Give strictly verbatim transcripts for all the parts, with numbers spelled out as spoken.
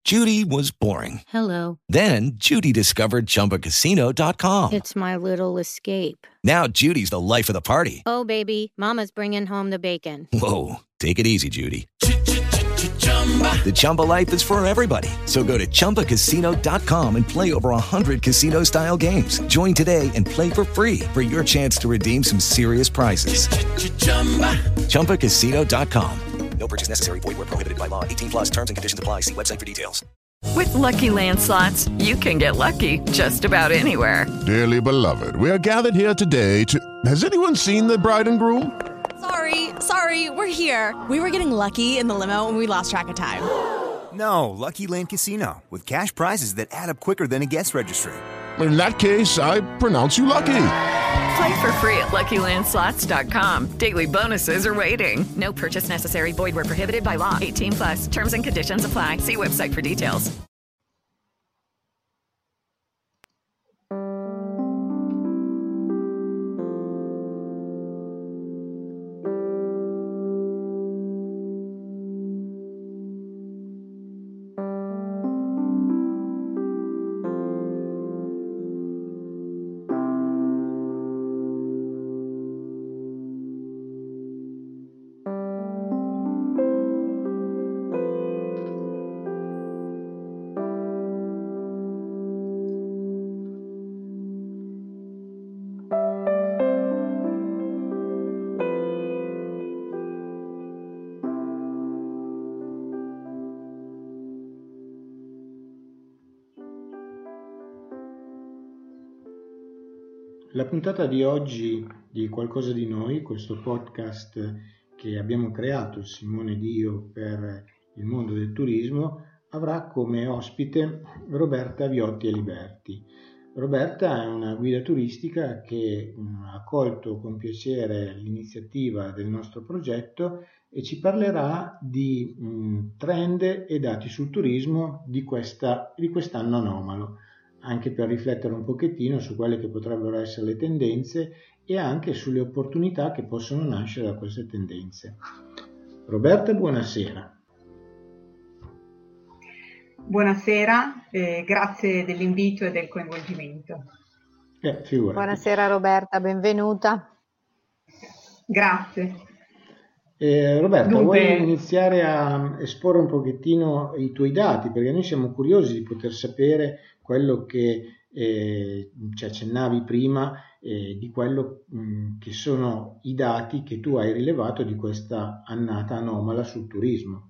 Judy was boring. Hello. Then Judy discovered Chumba Casino dot com. It's my little escape. Now Judy's the life of the party. Oh, baby, mama's bringing home the bacon. Whoa, take it easy, Judy. The Chumba life is for everybody. So go to Chumba Casino dot com and play over one hundred casino-style games. Join today and play for free for your chance to redeem some serious prizes. Chumba Casino dot com. No purchase necessary. Void where prohibited by law. eighteen plus terms and conditions apply. See website for details. With Lucky Land Slots, you can get lucky just about anywhere. Dearly beloved, we are gathered here today to... Has anyone seen the bride and groom? Sorry, sorry, we're here. We were getting lucky in the limo and we lost track of time. No, Lucky Land Casino, with cash prizes that add up quicker than a guest registry. In that case, I pronounce you lucky. Play for free at Lucky Land Slots dot com. Daily bonuses are waiting. No purchase necessary. Void where prohibited by law. eighteen plus. Terms and conditions apply. See website for details. La puntata di oggi di Qualcosa di Noi, questo podcast che abbiamo creato Simone ed io per il mondo del turismo, avrà come ospite Roberta Viotti Aliberti. Roberta è una guida turistica che ha accolto con piacere l'iniziativa del nostro progetto e ci parlerà di mh, trend e dati sul turismo di, questa, di quest'anno anomalo, anche per riflettere un pochettino su quelle che potrebbero essere le tendenze e anche sulle opportunità che possono nascere da queste tendenze. Roberta, buonasera. Buonasera, eh, grazie dell'invito e del coinvolgimento. Eh, figurati. Buonasera Roberta, benvenuta. Grazie. Eh, Roberta, Dunque, vuoi iniziare a esporre un pochettino i tuoi dati? Perché noi siamo curiosi di poter sapere quello che eh, ci accennavi prima, eh, di quello mh, che sono i dati che tu hai rilevato di questa annata anomala sul turismo.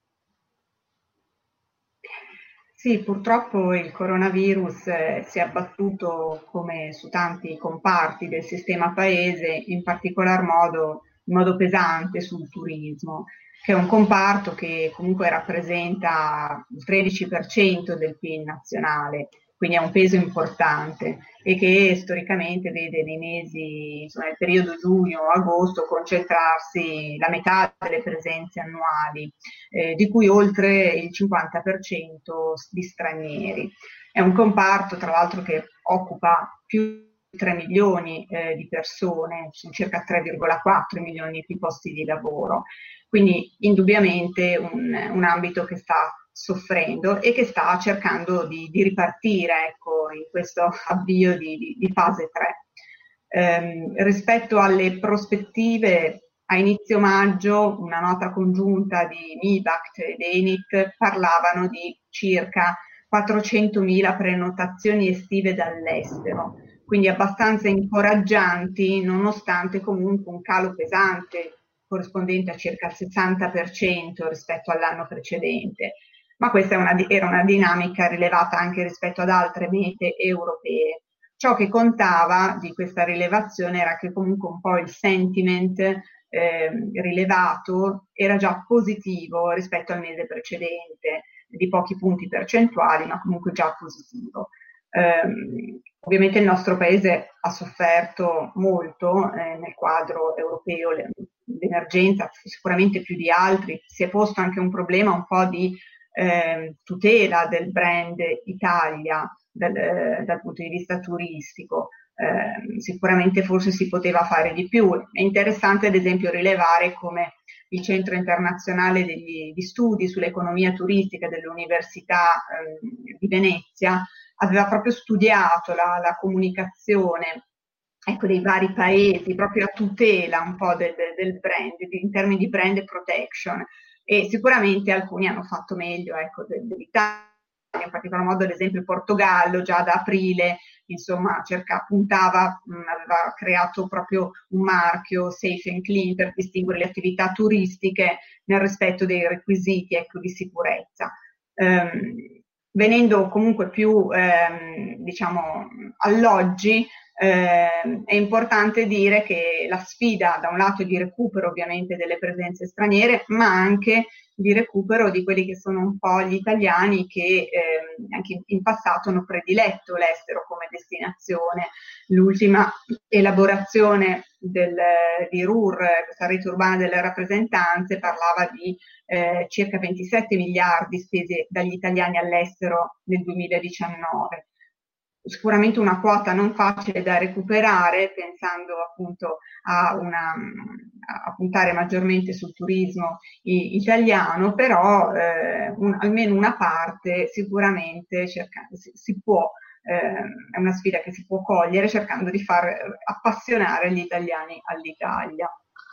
Sì, purtroppo il coronavirus eh, si è abbattuto come su tanti comparti del sistema paese, in particolar modo in modo pesante sul turismo, che è un comparto che comunque rappresenta il tredici per cento del P I L nazionale, quindi ha un peso importante e che storicamente vede nei mesi, insomma, nel periodo giugno-agosto concentrarsi la metà delle presenze annuali, eh, di cui oltre il cinquanta per cento di stranieri. È un comparto, tra l'altro, che occupa più tre milioni eh, di persone, sono circa tre virgola quattro milioni di posti di lavoro, quindi indubbiamente un, un ambito che sta soffrendo e che sta cercando di, di ripartire, ecco, in questo avvio di, di, di fase tre. Ehm, rispetto alle prospettive, a inizio maggio una nota congiunta di MIBACT ed ENIT parlavano di circa quattrocentomila prenotazioni estive dall'estero, quindi abbastanza incoraggianti, nonostante comunque un calo pesante corrispondente a circa il sessanta per cento rispetto all'anno precedente. Ma questa è una, era una dinamica rilevata anche rispetto ad altre mete europee. Ciò che contava di questa rilevazione era che comunque un po' il sentiment eh, rilevato era già positivo rispetto al mese precedente, di pochi punti percentuali, ma comunque già positivo. Um, ovviamente il nostro paese ha sofferto molto eh, nel quadro europeo, l'emergenza sicuramente più di altri, si è posto anche un problema un po' di eh, tutela del brand Italia dal, eh, dal punto di vista turistico. Eh, sicuramente forse si poteva fare di più. È interessante ad esempio rilevare come il Centro Internazionale degli, di Studi sull'Economia Turistica dell'Università eh, di Venezia, aveva proprio studiato la, la comunicazione, ecco, dei vari paesi, proprio a tutela un po' del, del brand, in termini di brand protection, e sicuramente alcuni hanno fatto meglio, ecco, dell'Italia, in particolar modo ad esempio il Portogallo già da aprile, insomma, cerca, puntava, mh, aveva creato proprio un marchio safe and clean per distinguere le attività turistiche nel rispetto dei requisiti, ecco, di sicurezza. Um, venendo comunque più, ehm, diciamo, all'oggi, eh, è importante dire che la sfida da un lato è di recupero ovviamente delle presenze straniere, ma anche di recupero di quelli che sono un po' gli italiani che eh, anche in passato hanno prediletto l'estero come destinazione. L'ultima elaborazione del, di R U R, questa rete urbana delle rappresentanze, parlava di eh, circa ventisette miliardi spesi dagli italiani all'estero nel duemiladiciannove. Sicuramente una quota non facile da recuperare, pensando appunto a, una, a puntare maggiormente sul turismo italiano, però eh, un, almeno una parte sicuramente cerca, si, si può, eh, è una sfida che si può cogliere cercando di far appassionare gli italiani all'Italia.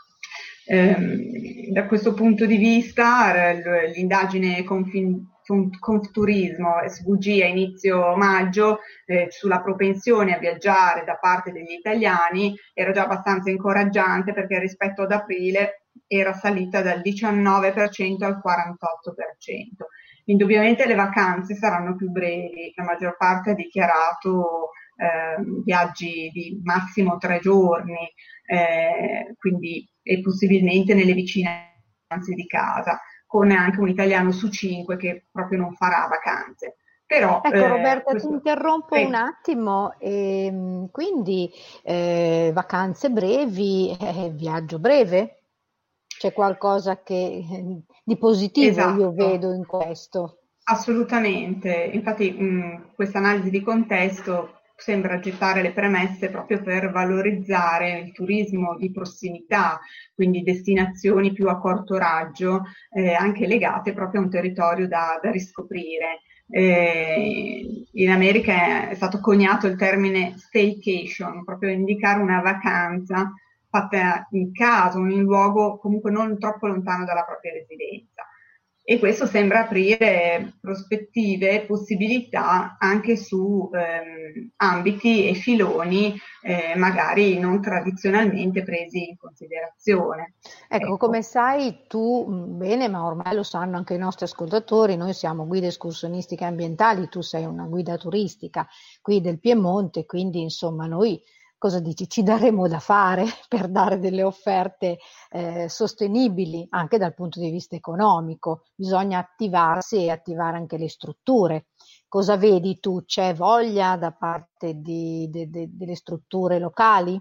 Eh, da questo punto di vista l'indagine Confin- Confturismo S V G a inizio maggio eh, sulla propensione a viaggiare da parte degli italiani era già abbastanza incoraggiante, perché rispetto ad aprile era salita dal diciannove per cento al quarantotto per cento. Indubbiamente le vacanze saranno più brevi, la maggior parte ha dichiarato eh, viaggi di massimo tre giorni, eh, quindi e possibilmente nelle vicinanze di casa, con anche un italiano su cinque che proprio non farà vacanze. Però, ecco eh, Roberta, questo... ti interrompo sì. un attimo, e, quindi eh, vacanze brevi, eh, viaggio breve? C'è qualcosa che, di positivo Esatto. Io vedo in questo? Assolutamente, infatti questa analisi di contesto sembra gettare le premesse proprio per valorizzare il turismo di prossimità, quindi destinazioni più a corto raggio, eh, anche legate proprio a un territorio da, da riscoprire. Eh, in America è stato coniato il termine staycation, proprio indicare una vacanza fatta in casa, in un luogo comunque non troppo lontano dalla propria residenza. E questo sembra aprire prospettive, possibilità anche su ehm, ambiti e filoni eh, magari non tradizionalmente presi in considerazione. Ecco, ecco, come sai tu bene, ma ormai lo sanno anche i nostri ascoltatori, noi siamo guide escursionistiche ambientali, tu sei una guida turistica qui del Piemonte, quindi insomma noi, cosa dici, ci daremo da fare per dare delle offerte eh, sostenibili anche dal punto di vista economico. Bisogna attivarsi e attivare anche le strutture. Cosa vedi tu? C'è voglia da parte di, de, de, delle strutture locali?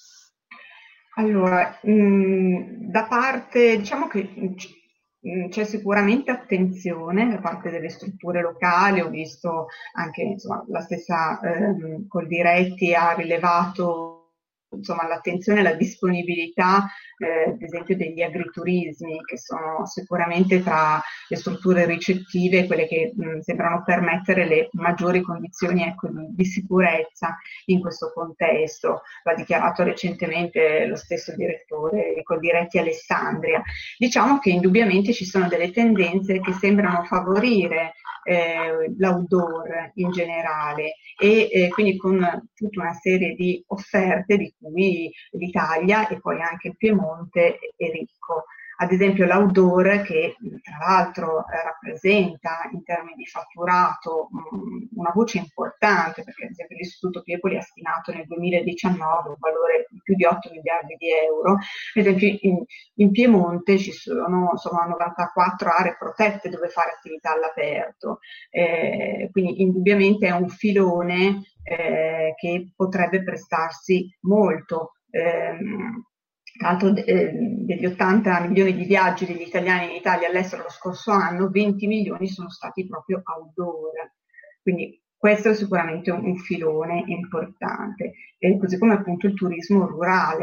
Allora, mh, da parte, diciamo che mh, c'è sicuramente attenzione da parte delle strutture locali. Ho visto anche, insomma, la stessa eh, Coldiretti ha rilevato insomma l'attenzione e la disponibilità eh, ad esempio degli agriturismi, che sono sicuramente tra le strutture ricettive quelle che mh, sembrano permettere le maggiori condizioni ecco, di, di sicurezza in questo contesto. L'ha dichiarato recentemente lo stesso direttore di Coldiretti Alessandria. Diciamo che indubbiamente ci sono delle tendenze che sembrano favorire eh, l'outdoor in generale e eh, quindi con tutta una serie di offerte di cui l'Italia e poi anche il Piemonte è ricco. Ad esempio l'outdoor, che tra l'altro eh, rappresenta in termini di fatturato mh, una voce importante, perché ad esempio l'Istituto Piepoli ha stimato nel duemiladiciannove un valore di più di otto miliardi di euro. Ad esempio in, in Piemonte ci sono insomma novantaquattro aree protette dove fare attività all'aperto, eh, quindi indubbiamente è un filone eh, che potrebbe prestarsi molto. Ehm, Tra l'altro eh, degli ottanta milioni di viaggi degli italiani in Italia all'estero lo scorso anno, venti milioni sono stati proprio outdoor. Quindi questo è sicuramente un, un filone importante. E così come appunto il turismo rurale.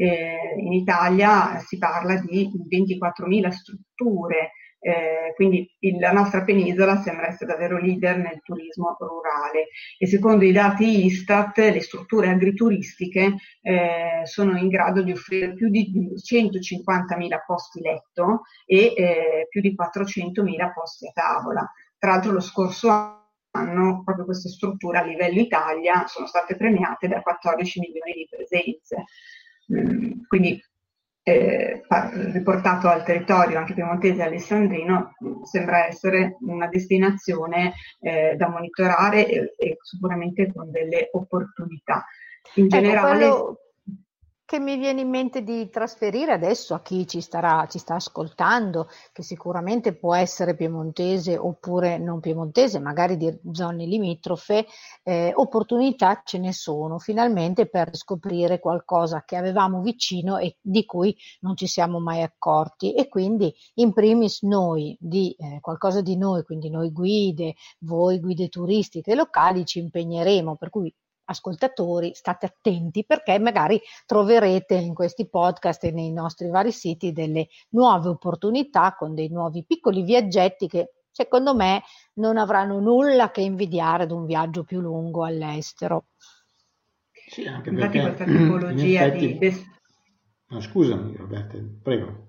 Eh, in Italia si parla di ventiquattromila strutture, eh, quindi il, la nostra penisola sembra essere davvero leader nel turismo rurale e secondo i dati Istat le strutture agrituristiche eh, sono in grado di offrire più di centocinquantamila posti letto e eh, più di quattrocentomila posti a tavola. Tra l'altro lo scorso anno proprio queste strutture a livello Italia sono state premiate da quattordici milioni di presenze. Mm, quindi eh, riportato al territorio anche piemontese e alessandrino sembra essere una destinazione eh, da monitorare e, e sicuramente con delle opportunità. In generale, ecco, quello che mi viene in mente di trasferire adesso a chi ci starà, ci sta ascoltando, che sicuramente può essere piemontese oppure non piemontese, magari di zone limitrofe, eh, opportunità ce ne sono finalmente per scoprire qualcosa che avevamo vicino e di cui non ci siamo mai accorti, e quindi in primis noi di eh, qualcosa di noi, quindi noi guide, voi guide turistiche locali ci impegneremo, per cui ascoltatori state attenti perché magari troverete in questi podcast e nei nostri vari siti delle nuove opportunità con dei nuovi piccoli viaggetti che secondo me non avranno nulla che invidiare ad un viaggio più lungo all'estero. Sì, anche infatti perché questa tipologia effetti... di... No, scusami Roberta, prego.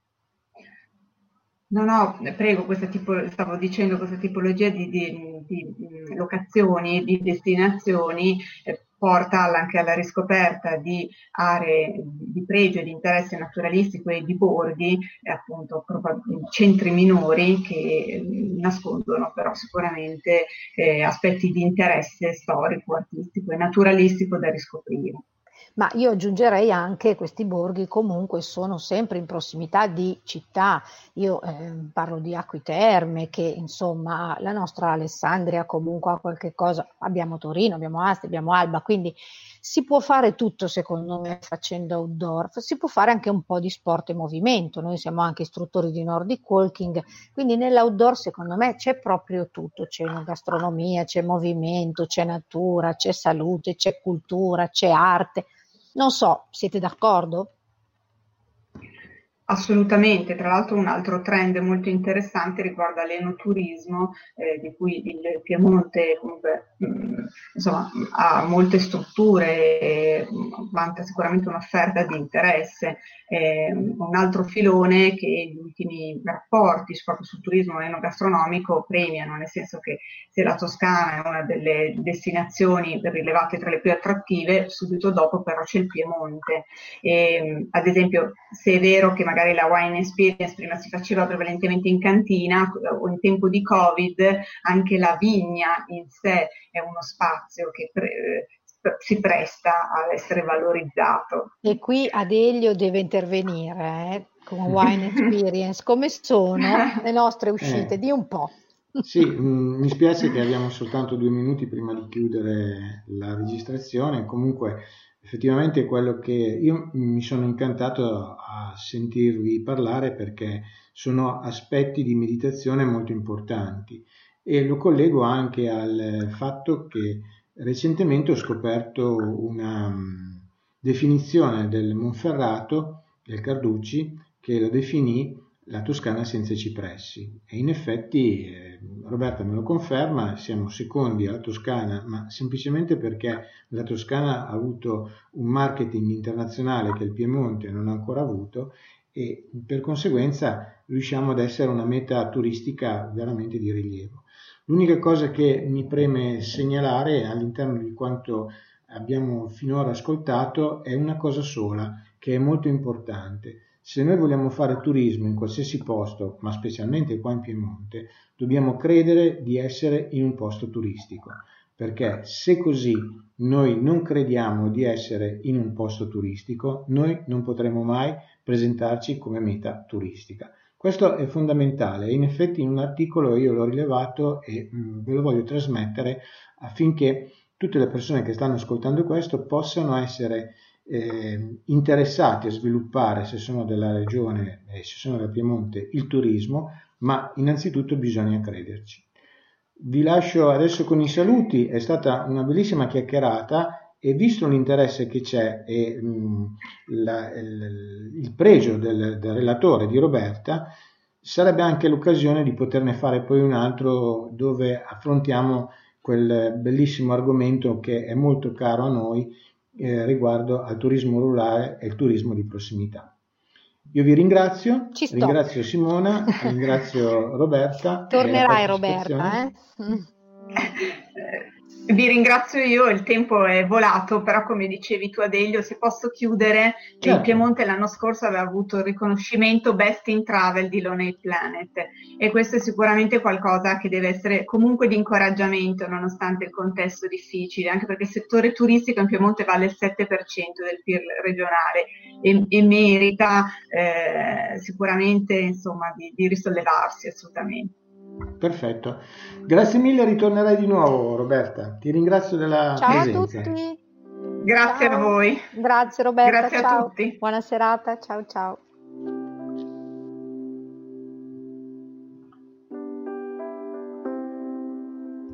No, no, prego, questa tipo, stavo dicendo questa tipologia di, di, di locazioni, di destinazioni eh, porta anche alla riscoperta di aree di pregio e di interesse naturalistico e di borghi, eh, appunto centri minori che eh, nascondono però sicuramente eh, aspetti di interesse storico, artistico e naturalistico da riscoprire. Ma io aggiungerei anche questi borghi comunque sono sempre in prossimità di città. Io eh, parlo di Acqui Terme, che insomma la nostra Alessandria comunque ha qualche cosa, abbiamo Torino, abbiamo Asti, abbiamo Alba, quindi si può fare tutto secondo me facendo outdoor, si può fare anche un po' di sport e movimento, noi siamo anche istruttori di Nordic Walking, quindi nell'outdoor secondo me c'è proprio tutto, c'è gastronomia, c'è movimento, c'è natura, c'è salute, c'è cultura, c'è arte. Non so, siete d'accordo? Assolutamente, tra l'altro un altro trend molto interessante riguarda l'enoturismo, eh, di cui il Piemonte comunque mh, insomma, ha molte strutture e vanta sicuramente un'offerta di interesse. Eh, un altro filone che gli ultimi rapporti proprio sul turismo enogastronomico premiano, nel senso che se la Toscana è una delle destinazioni rilevate tra le più attrattive, subito dopo però c'è il Piemonte. E, ad esempio, se è vero che magari magari la wine experience prima si faceva prevalentemente in cantina o in tempo di Covid, anche la vigna in sé è uno spazio che pre- si presta ad essere valorizzato. E qui Adelio deve intervenire eh, con wine experience. Come sono le nostre uscite? Eh, di un po'. Sì, mh, mi spiace che abbiamo soltanto due minuti prima di chiudere la registrazione. Comunque effettivamente quello che io mi sono incantato a sentirvi parlare, perché sono aspetti di meditazione molto importanti, e lo collego anche al fatto che recentemente ho scoperto una um, definizione del Monferrato, del Carducci, che la definì la Toscana senza cipressi, e in effetti eh, Roberta me lo conferma, siamo secondi alla Toscana, ma semplicemente perché la Toscana ha avuto un marketing internazionale che il Piemonte non ha ancora avuto, e per conseguenza riusciamo ad essere una meta turistica veramente di rilievo. L'unica cosa che mi preme segnalare all'interno di quanto abbiamo finora ascoltato è una cosa sola, che è molto importante. Se noi vogliamo fare turismo in qualsiasi posto, ma specialmente qua in Piemonte, dobbiamo credere di essere in un posto turistico, perché se così noi non crediamo di essere in un posto turistico, noi non potremo mai presentarci come meta turistica. Questo è fondamentale e in effetti in un articolo io l'ho rilevato e mh, ve lo voglio trasmettere affinché tutte le persone che stanno ascoltando questo possano essere Eh, interessati a sviluppare, se sono della regione e eh, se sono del Piemonte, il turismo, ma innanzitutto bisogna crederci. Vi lascio adesso con i saluti, è stata una bellissima chiacchierata e visto l'interesse che c'è e mh, la, il, il pregio del, del relatore di Roberta, sarebbe anche l'occasione di poterne fare poi un altro dove affrontiamo quel bellissimo argomento che è molto caro a noi eh, riguardo al turismo rurale e il turismo di prossimità. Io vi ringrazio, ringrazio Simona, ringrazio Roberta. Tornerai Roberta, eh? Vi ringrazio io, il tempo è volato, però come dicevi tu Adelio, se posso chiudere, certo. Il Piemonte l'anno scorso aveva avuto il riconoscimento Best in Travel di Lonely Planet e questo è sicuramente qualcosa che deve essere comunque di incoraggiamento nonostante il contesto difficile, anche perché il settore turistico in Piemonte vale il sette per cento del P I R regionale e, e merita eh, sicuramente insomma, di, di risollevarsi assolutamente. Perfetto, grazie mille, ritornerai di nuovo Roberta, ti ringrazio della ciao presenza. Ciao a tutti. Grazie ciao. a voi. Grazie Roberta, grazie ciao. a tutti. Buona serata, ciao ciao.